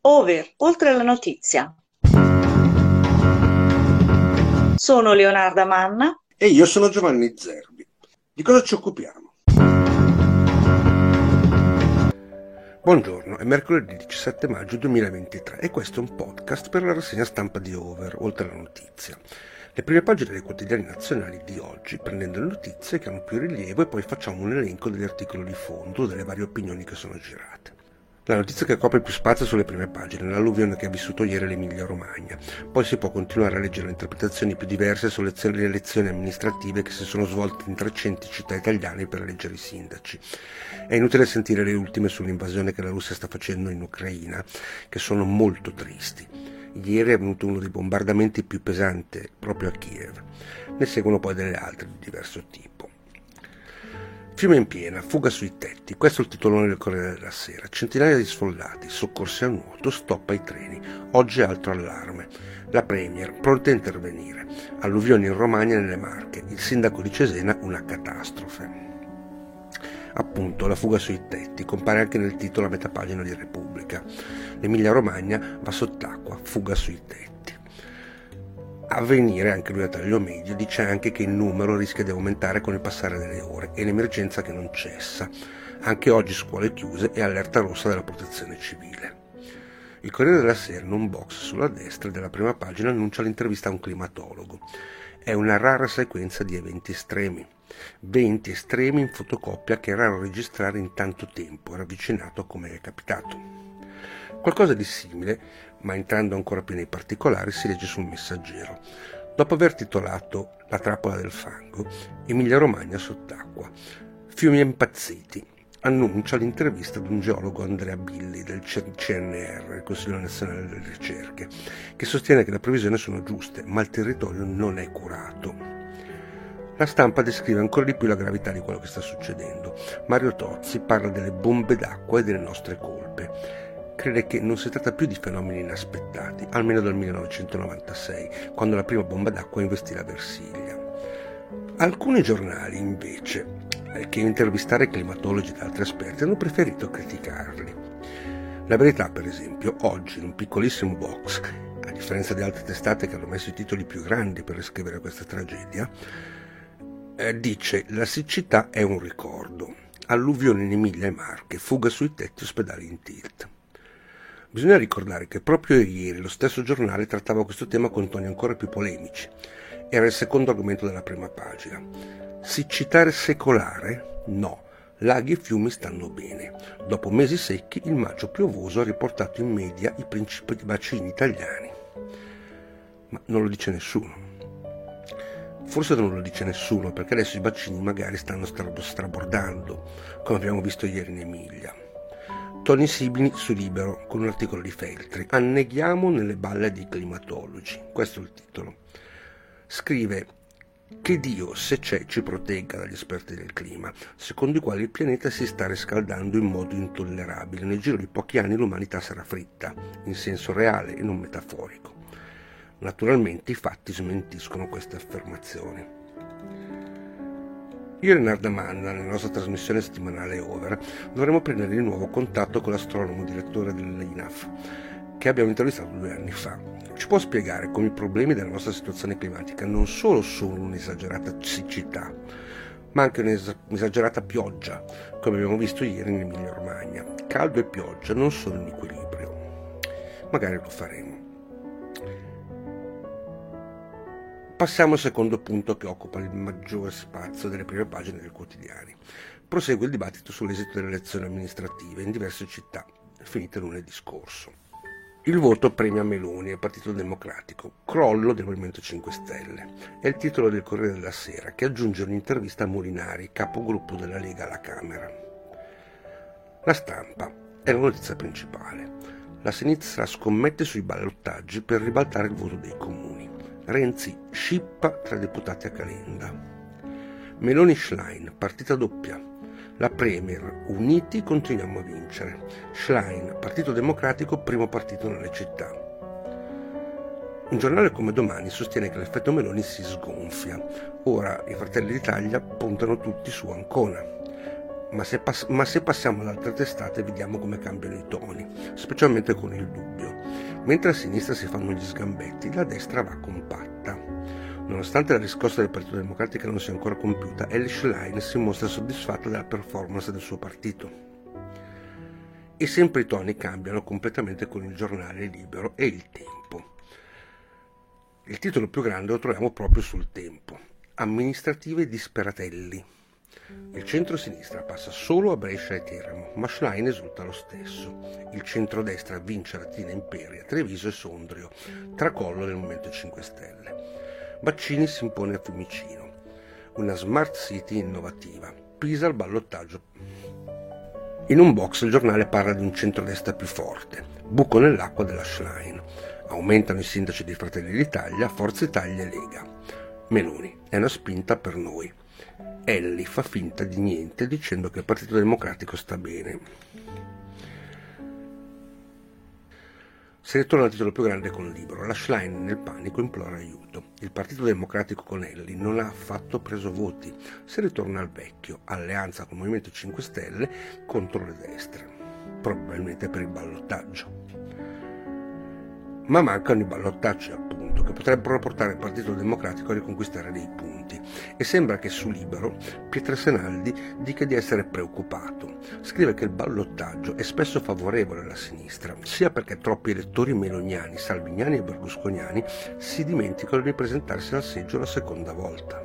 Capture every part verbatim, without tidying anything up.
Over, oltre la notizia. Sono Leonarda Manna. E io sono Giovanni Zerbi. Di cosa ci occupiamo? Buongiorno, è mercoledì diciassette maggio duemilaventitré e questo è un podcast per la rassegna stampa di Over, oltre la notizia. Le prime pagine dei quotidiani nazionali di oggi, prendendo le notizie che hanno più rilievo e poi facciamo un elenco degli articoli di fondo, delle varie opinioni che sono girate. La notizia che copre più spazio sulle prime pagine, l'alluvione che ha vissuto ieri l'Emilia Romagna. Poi si può continuare a leggere le interpretazioni più diverse sulle elezioni amministrative che si sono svolte in trecento città italiane per eleggere i sindaci. È inutile sentire le ultime sull'invasione che la Russia sta facendo in Ucraina, che sono molto tristi. Ieri è avvenuto uno dei bombardamenti più pesanti proprio a Kiev. Ne seguono poi delle altre di diverso tipo. Fiume in piena, fuga sui tetti, questo è il titolone del Corriere della Sera. Centinaia di sfollati, soccorsi a nuoto, stop ai treni. Oggi altro allarme. La Premier, pronta a intervenire. Alluvioni in Romagna e nelle Marche. Il sindaco di Cesena, una catastrofe. Appunto, la fuga sui tetti, compare anche nel titolo a metà pagina di Repubblica. L'Emilia Romagna va sott'acqua, fuga sui tetti. Avvenire, anche lui a taglio medio, dice anche che il numero rischia di aumentare con il passare delle ore e l'emergenza che non cessa. Anche oggi scuole chiuse e allerta rossa della protezione civile. Il Corriere della Sera, in un box sulla destra della prima pagina, annuncia l'intervista a un climatologo. È una rara sequenza di eventi estremi. venti estremi in fotocopia che è raro registrare in tanto tempo, ravvicinato come è capitato. Qualcosa di simile, ma entrando ancora più nei particolari, si legge sul Messaggero. Dopo aver titolato La trappola del fango, Emilia Romagna sott'acqua. Fiumi impazziti. Annuncia l'intervista ad un geologo, Andrea Billi, del C N R, il Consiglio Nazionale delle Ricerche, che sostiene che le previsioni sono giuste, ma il territorio non è curato. La stampa descrive ancora di più la gravità di quello che sta succedendo. Mario Tozzi parla delle bombe d'acqua e delle nostre colpe. Crede che non si tratta più di fenomeni inaspettati, almeno dal millenovecentonovantasei, quando la prima bomba d'acqua investì la Versilia. Alcuni giornali, invece, che intervistare climatologi ed altri esperti, hanno preferito criticarli. La Verità, per esempio, oggi, in un piccolissimo box, a differenza di altre testate che hanno messo i titoli più grandi per descrivere questa tragedia, eh, dice: la siccità è un ricordo. Alluvione in Emilia e Marche, fuga sui tetti, ospedali in tilt. Bisogna ricordare che proprio ieri lo stesso giornale trattava questo tema con toni ancora più polemici. Era il secondo argomento della prima pagina. Siccità secolare? No. Laghi e fiumi stanno bene. Dopo mesi secchi, il maggio piovoso ha riportato in media i principali bacini italiani. Ma non lo dice nessuno. Forse non lo dice nessuno, perché adesso i bacini magari stanno strabordando, come abbiamo visto ieri in Emilia. Toni simili su Libero, con un articolo di Feltri. Anneghiamo nelle balle dei climatologi. Questo è il titolo. Scrive: che Dio, se c'è, ci protegga dagli esperti del clima, secondo i quali il pianeta si sta riscaldando in modo intollerabile. Nel giro di pochi anni l'umanità sarà fritta, in senso reale e non metaforico. Naturalmente i fatti smentiscono queste affermazioni. Io e Leonarda Manna, nella nostra trasmissione settimanale Over, dovremo prendere di nuovo contatto con l'astronomo direttore dell'I N A F, che abbiamo intervistato due anni fa. Ci può spiegare come i problemi della nostra situazione climatica non solo sono un'esagerata siccità, ma anche un'esagerata pioggia, come abbiamo visto ieri in Emilia Romagna. Caldo e pioggia non sono in equilibrio. Magari lo faremo. Passiamo al secondo punto che occupa il maggiore spazio delle prime pagine dei quotidiani. Prosegue il dibattito sull'esito delle elezioni amministrative in diverse città, finite lunedì scorso. Il voto premia Meloni e il Partito Democratico, crollo del Movimento cinque Stelle. È il titolo del Corriere della Sera, che aggiunge un'intervista a Molinari, capogruppo della Lega alla Camera. La Stampa è la notizia principale. La sinistra scommette sui ballottaggi per ribaltare il voto dei comuni. Renzi scippa tra deputati a Calenda. Meloni-Schlein, partita doppia. La Premier, uniti continuiamo a vincere. Schlein, Partito Democratico, primo partito nelle città. Un giornale come Domani sostiene che l'effetto Meloni si sgonfia. Ora i Fratelli d'Italia puntano tutti su Ancona. Ma se, pass- ma se passiamo ad altre testate vediamo come cambiano i toni, specialmente con il dubbio. Mentre a sinistra si fanno gli sgambetti, la destra va compatta. Nonostante la riscossa del Partito Democratico non sia ancora compiuta, Elly Schlein si mostra soddisfatta della performance del suo partito. E sempre i toni cambiano completamente con il giornale Libero e Il Tempo. Il titolo più grande lo troviamo proprio sul Tempo: Amministrative disperatelli. Il centro-sinistra passa solo a Brescia e Teramo, ma Schlein esulta lo stesso. Il centrodestra vince Latina Imperia, Treviso e Sondrio, tracollo del Movimento cinque Stelle. Baccini si impone a Fiumicino. Una smart city innovativa. Pisa al ballottaggio. In un box il giornale parla di un centrodestra più forte. Buco nell'acqua della Schlein. Aumentano i sindaci di Fratelli d'Italia, Forza Italia e Lega. Meloni: è una spinta per noi. Elly fa finta di niente dicendo che il Partito Democratico sta bene. Si ritorna al titolo più grande con Libero. La Schlein nel panico implora aiuto. Il Partito Democratico con Elly non ha affatto preso voti. Si ritorna al vecchio: alleanza con il Movimento cinque Stelle contro le destre, probabilmente per il ballottaggio. Ma mancano i ballottaggi, appunto, che potrebbero portare il Partito Democratico a riconquistare dei punti. E sembra che su Libero Pietro Senaldi dica di essere preoccupato. Scrive che il ballottaggio è spesso favorevole alla sinistra, sia perché troppi elettori meloniani, salviniani e berlusconiani si dimenticano di presentarsi al seggio la seconda volta.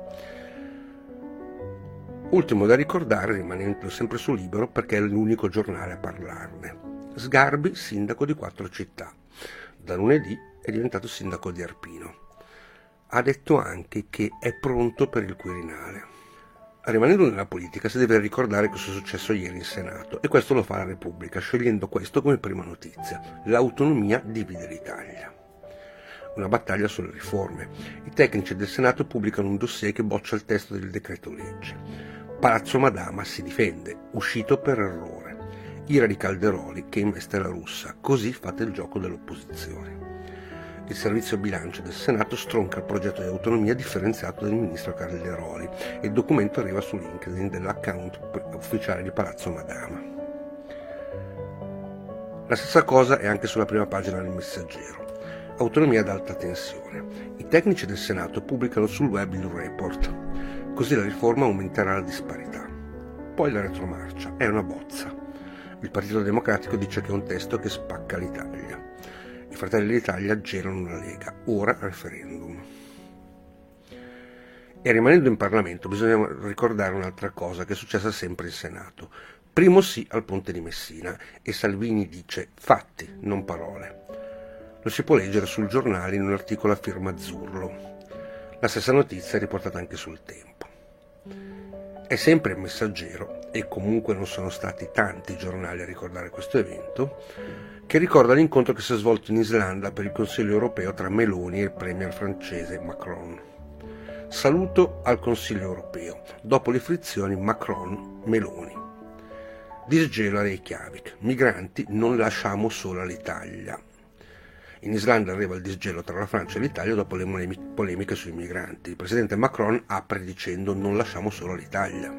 Ultimo da ricordare, rimanendo sempre su Libero, perché è l'unico giornale a parlarne: Sgarbi, sindaco di quattro città. Da lunedì è diventato sindaco di Arpino. Ha detto anche che è pronto per il Quirinale. Rimanendo nella politica, si deve ricordare cosa è successo ieri in Senato, e questo lo fa la Repubblica, scegliendo questo come prima notizia: l'autonomia divide l'Italia. Una battaglia sulle riforme. I tecnici del Senato pubblicano un dossier che boccia il testo del decreto legge. Palazzo Madama si difende, uscito per errore. Ira di Calderoli che investe la Russa: così fate il gioco dell'opposizione. Il servizio bilancio del Senato stronca il progetto di autonomia differenziato del ministro Calderoli e il documento arriva su LinkedIn dell'account ufficiale di Palazzo Madama. La stessa cosa è anche sulla prima pagina del Messaggero. Autonomia ad alta tensione. I tecnici del Senato pubblicano sul web il report. Così la riforma aumenterà la disparità. Poi la retromarcia. È una bozza. Il Partito Democratico dice che è un testo che spacca l'Italia. I Fratelli d'Italia gelano la Lega. Ora referendum. E rimanendo in Parlamento bisogna ricordare un'altra cosa che è successa sempre in Senato. Primo sì al ponte di Messina e Salvini dice fatti, non parole. Lo si può leggere sul giornale in un articolo a firma Zurlo. La stessa notizia è riportata anche sul Tempo. È sempre il Messaggero, e comunque non sono stati tanti giornali a ricordare questo evento, che ricorda l'incontro che si è svolto in Islanda per il Consiglio europeo tra Meloni e il premier francese Macron. Saluto al Consiglio europeo. Dopo le frizioni Macron-Meloni. Disgelo a Reykjavik. Migranti, non lasciamo sola l'Italia. In Islanda arriva il disgelo tra la Francia e l'Italia dopo le polemiche sui migranti. Il presidente Macron apre dicendo non lasciamo solo l'Italia.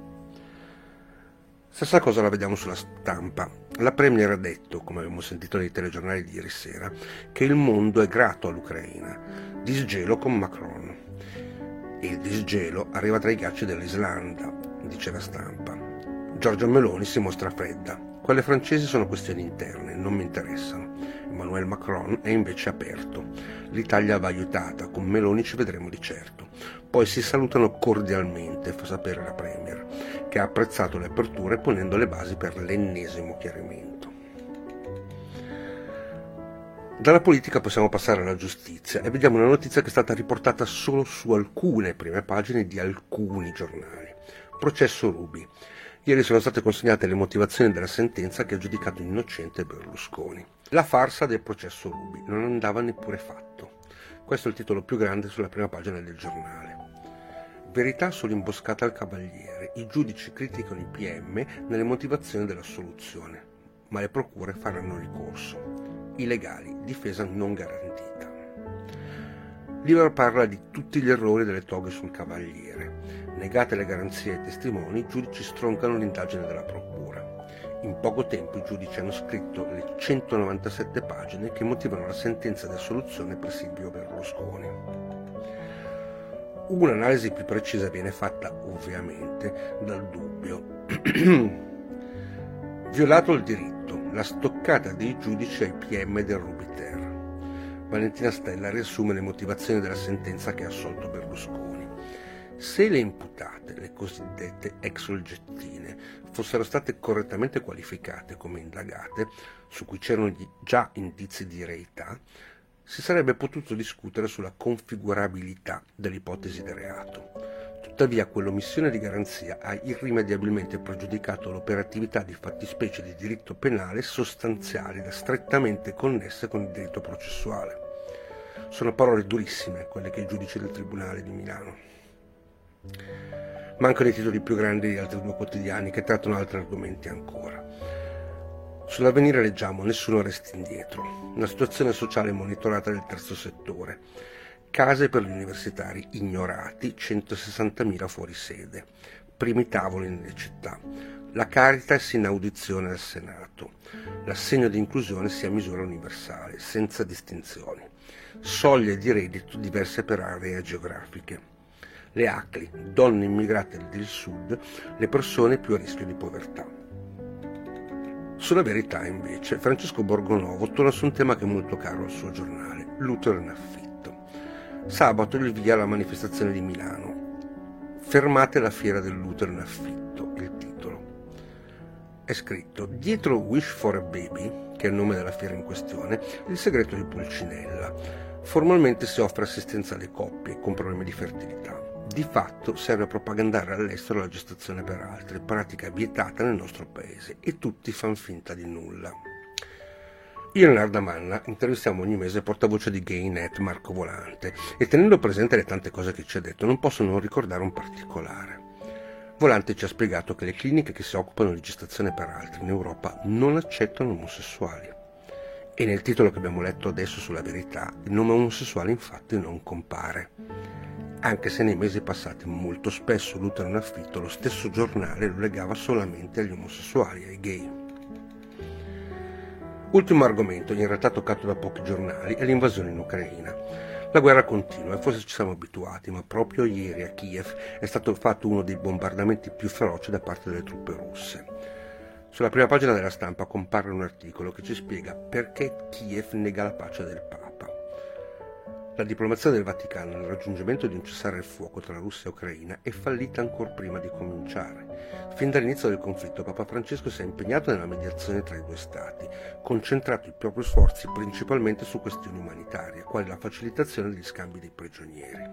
Stessa cosa la vediamo sulla stampa. La premier ha detto, come abbiamo sentito nei telegiornali di ieri sera, che il mondo è grato all'Ucraina. Disgelo con Macron. E il disgelo arriva tra i ghiacci dell'Islanda, dice la stampa. Giorgia Meloni si mostra fredda. Quelle francesi sono questioni interne, non mi interessano. Emmanuel Macron è invece aperto. L'Italia va aiutata, con Meloni ci vedremo di certo. Poi si salutano cordialmente, fa sapere la premier, che ha apprezzato le aperture ponendo le basi per l'ennesimo chiarimento. Dalla politica possiamo passare alla giustizia e vediamo una notizia che è stata riportata solo su alcune prime pagine di alcuni giornali. Processo Ruby. Ieri sono state consegnate le motivazioni della sentenza che ha giudicato innocente Berlusconi. La farsa del processo Ruby non andava neppure fatto. Questo è il titolo più grande sulla prima pagina del giornale. Verità sull'imboscata al Cavaliere. I giudici criticano i P M nelle motivazioni dell'assoluzione, ma le procure faranno ricorso. I legali, difesa non garantita. Libero parla di tutti gli errori delle toghe sul Cavaliere. Negate le garanzie ai testimoni, i giudici stroncano l'indagine della procura. In poco tempo i giudici hanno scritto le centonovantasette pagine che motivano la sentenza di assoluzione per Silvio Berlusconi. Un'analisi più precisa viene fatta ovviamente dal dubbio. Violato il diritto, la stoccata dei giudici ai P M del Rubiter. Valentina Stella riassume le motivazioni della sentenza che ha assolto Berlusconi. Se le imputate, le cosiddette exolgettine, fossero state correttamente qualificate come indagate, su cui c'erano già indizi di reità, si sarebbe potuto discutere sulla configurabilità dell'ipotesi di reato. Tuttavia, quell'omissione di garanzia ha irrimediabilmente pregiudicato l'operatività di fattispecie di diritto penale sostanziali da strettamente connesse con il diritto processuale. Sono parole durissime quelle che i giudici del Tribunale di Milano. Mancano i titoli più grandi di altri due quotidiani che trattano altri argomenti ancora. Sull'Avvenire leggiamo: nessuno resti indietro, una situazione sociale monitorata del terzo settore, case per gli universitari ignorati, centosessantamila fuori sede, primi tavoli nelle città, la Caritas in audizione al Senato, l'assegno di inclusione sia misura universale, senza distinzioni, soglie di reddito diverse per aree geografiche, le A C L I, donne immigrate del sud, le persone più a rischio di povertà. Sulla Verità, invece, Francesco Borgonovo torna su un tema che è molto caro al suo giornale, l'utero in affitto. Sabato il via alla manifestazione di Milano. Fermate la fiera dell'utero in affitto, il titolo. È scritto: dietro Wish for a Baby, che è il nome della fiera in questione, il segreto di Pulcinella. Formalmente si offre assistenza alle coppie con problemi di fertilità. Di fatto serve a propagandare all'estero la gestazione per altri, pratica vietata nel nostro paese, e tutti fan finta di nulla. Io e Leonardo Manna intervistiamo ogni mese il portavoce di GayNet, Marco Volante, e tenendo presente le tante cose che ci ha detto non posso non ricordare un particolare. Volante ci ha spiegato che le cliniche che si occupano di gestazione per altri in Europa non accettano omosessuali. E nel titolo che abbiamo letto adesso sulla Verità il nome omosessuale infatti non compare. Anche se nei mesi passati molto spesso l'utero in affitto lo stesso giornale lo legava solamente agli omosessuali, ai gay. Ultimo argomento, in realtà toccato da pochi giornali, è l'invasione in Ucraina. La guerra continua e forse ci siamo abituati, ma proprio ieri a Kiev è stato fatto uno dei bombardamenti più feroci da parte delle truppe russe. Sulla prima pagina della Stampa compare un articolo che ci spiega perché Kiev nega la pace del Papa. La diplomazia del Vaticano nel raggiungimento di un cessare il fuoco tra Russia e Ucraina è fallita ancora prima di cominciare. Fin dall'inizio del conflitto Papa Francesco si è impegnato nella mediazione tra i due stati, concentrato i propri sforzi principalmente su questioni umanitarie, quali la facilitazione degli scambi dei prigionieri.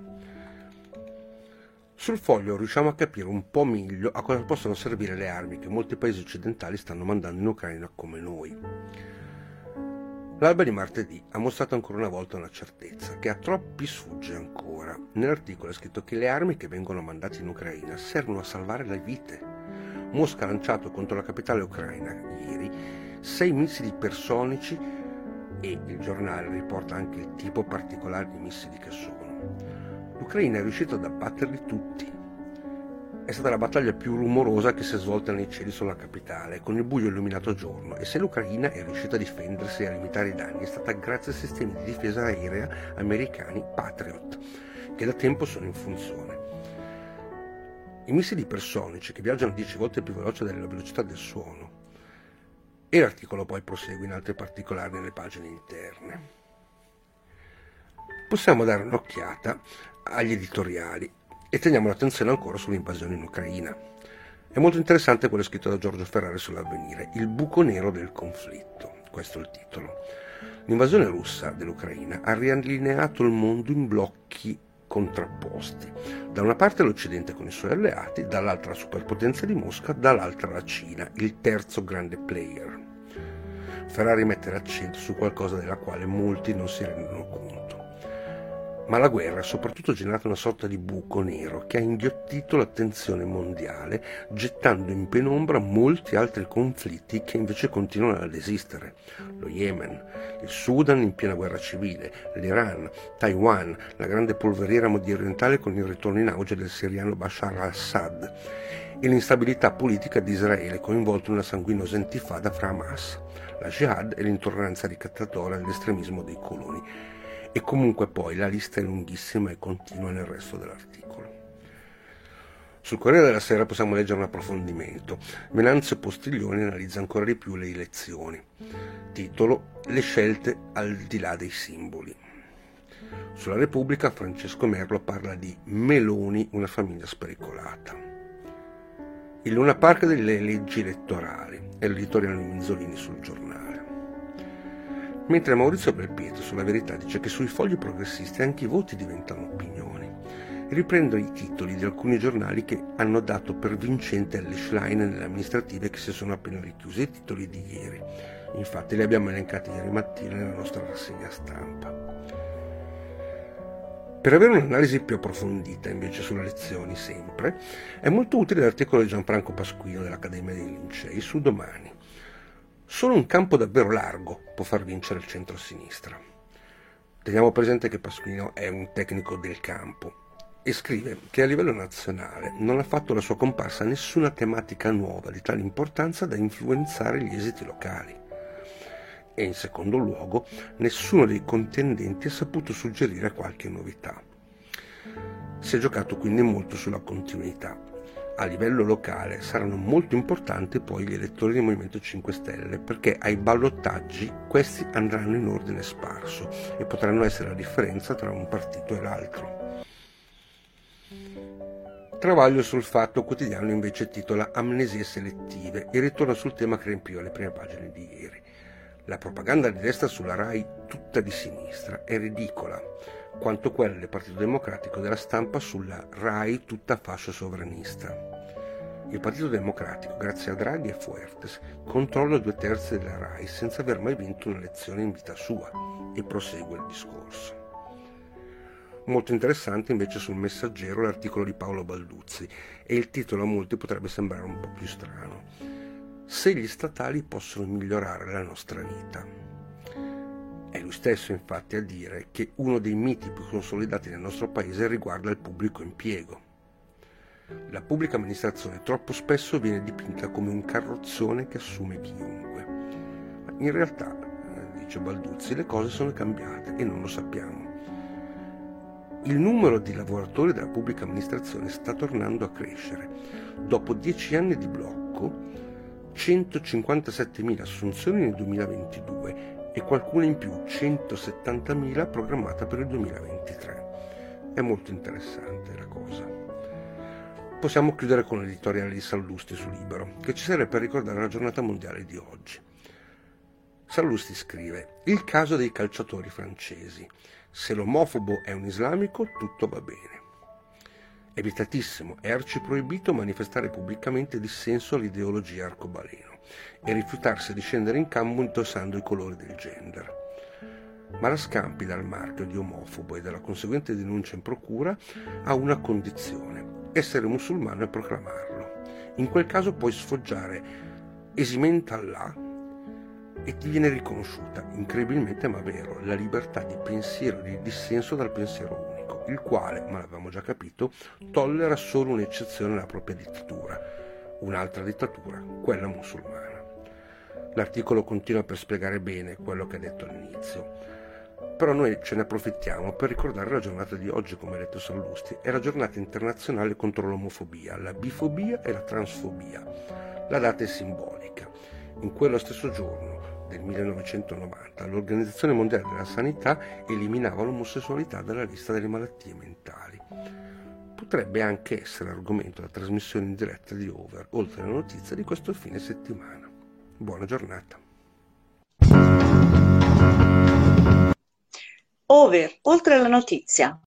Sul foglio riusciamo a capire un po' meglio a cosa possono servire le armi che molti paesi occidentali stanno mandando in Ucraina come noi. L'alba di martedì ha mostrato ancora una volta una certezza che a troppi sfugge ancora. Nell'articolo è scritto che le armi che vengono mandate in Ucraina servono a salvare le vite. Mosca ha lanciato contro la capitale ucraina ieri sei missili ipersonici e il giornale riporta anche il tipo particolare di missili che sono. L'Ucraina è riuscita ad abbatterli tutti. È stata la battaglia più rumorosa che si è svolta nei cieli sulla capitale, con il buio illuminato giorno, e se l'Ucraina è riuscita a difendersi e a limitare i danni è stata grazie ai sistemi di difesa aerea americani Patriot, che da tempo sono in funzione. I missili ipersonici, che viaggiano dieci volte più veloce della velocità del suono, e l'articolo poi prosegue in altri particolari nelle pagine interne. Possiamo dare un'occhiata agli editoriali e teniamo l'attenzione ancora sull'invasione in Ucraina. È molto interessante quello scritto da Giorgio Ferrari sull'Avvenire, il buco nero del conflitto, questo è il titolo. L'invasione russa dell'Ucraina ha riallineato il mondo in blocchi contrapposti. Da una parte l'Occidente con i suoi alleati, dall'altra la superpotenza di Mosca, dall'altra la Cina, il terzo grande player. Ferrari mette l'accento su qualcosa della quale molti non si rendono conto. Ma la guerra ha soprattutto generato una sorta di buco nero che ha inghiottito l'attenzione mondiale, gettando in penombra molti altri conflitti che invece continuano ad esistere. Lo Yemen, il Sudan in piena guerra civile, l'Iran, Taiwan, la grande polveriera mediorientale con il ritorno in auge del siriano Bashar al-Assad e l'instabilità politica di Israele coinvolto in una sanguinosa intifada fra Hamas, la jihad e l'intolleranza ricattatoria all'estremismo dei coloni. E comunque poi la lista è lunghissima e continua nel resto dell'articolo. Sul Corriere della Sera possiamo leggere un approfondimento. Venanzio Postiglioni analizza ancora di più le elezioni. Titolo: Le scelte al di là dei simboli. Sulla Repubblica Francesco Merlo parla di Meloni, una famiglia spericolata. Il Luna Park delle leggi elettorali è l'editoriale di Minzolini sul Giornale. Mentre Maurizio Belpietro sulla Verità dice che sui fogli progressisti anche i voti diventano opinioni. Riprendo i titoli di alcuni giornali che hanno dato per vincente alle Schlein nelle amministrative che si sono appena richiuse, i titoli di ieri. Infatti li abbiamo elencati ieri mattina nella nostra rassegna stampa. Per avere un'analisi più approfondita invece sulle elezioni sempre, è molto utile l'articolo di Gianfranco Pasquino dell'Accademia dei Lincei su Domani. Solo un campo davvero largo può far vincere il centro-sinistra. Teniamo presente che Pasquino è un tecnico del campo e scrive che a livello nazionale non ha fatto la sua comparsa nessuna tematica nuova di tale importanza da influenzare gli esiti locali. E in secondo luogo, nessuno dei contendenti ha saputo suggerire qualche novità. Si è giocato quindi molto sulla continuità. A livello locale saranno molto importanti poi gli elettori del Movimento cinque Stelle, perché ai ballottaggi questi andranno in ordine sparso e potranno essere la differenza tra un partito e l'altro. Travaglio sul Fatto Quotidiano invece titola Amnesie selettive e ritorna sul tema che riempiva le prime pagine di ieri. La propaganda di destra sulla Rai, tutta di sinistra, è ridicola, quanto quella del Partito Democratico della stampa sulla Rai tutta fascia sovranista. Il Partito Democratico, grazie a Draghi e Fuertes, controlla due terzi della Rai senza aver mai vinto un'elezione in vita sua, e prosegue il discorso. Molto interessante invece sul Messaggero l'articolo di Paolo Balduzzi, e il titolo a molti potrebbe sembrare un po' più strano. Se gli statali possono migliorare la nostra vita. È lui stesso infatti a dire che uno dei miti più consolidati nel nostro paese riguarda il pubblico impiego. La pubblica amministrazione troppo spesso viene dipinta come un carrozzone che assume chiunque. Ma in realtà, dice Balduzzi, le cose sono cambiate e non lo sappiamo. Il numero di lavoratori della pubblica amministrazione sta tornando a crescere. Dopo dieci anni di blocco, centocinquantasettemila assunzioni nel duemilaventidue e qualcuna in più, centosettantamila programmata per il duemilaventitré. È molto interessante la cosa. Possiamo chiudere con l'editoriale di Sallusti su Libero, che ci serve per ricordare la giornata mondiale di oggi. Sallusti scrive: il caso dei calciatori francesi. Se l'omofobo è un islamico, tutto va bene. È vietatissimo, è arciproibito manifestare pubblicamente dissenso all'ideologia arcobaleno e rifiutarsi di scendere in campo indossando i colori del gender. Ma la scampi dal marchio di omofobo e dalla conseguente denuncia in procura ha una condizione: essere musulmano e proclamarlo. In quel caso puoi sfoggiare esimenta Allah e ti viene riconosciuta, incredibilmente ma vero, la libertà di pensiero e di dissenso dal pensiero unico, il quale, ma l'avevamo già capito, tollera solo un'eccezione alla propria dittatura, un'altra dittatura, quella musulmana. L'articolo continua per spiegare bene quello che ha detto all'inizio, però noi ce ne approfittiamo per ricordare la giornata di oggi, come ha detto Sallusti, è la giornata internazionale contro l'omofobia, la bifobia e la transfobia. La data è simbolica. In quello stesso giorno del millenovecentonovanta l'Organizzazione Mondiale della Sanità eliminava l'omosessualità dalla lista delle malattie mentali. Potrebbe anche essere argomento della trasmissione in diretta di Over, oltre alla notizia di questo fine settimana. Buona giornata. Over, oltre alla notizia.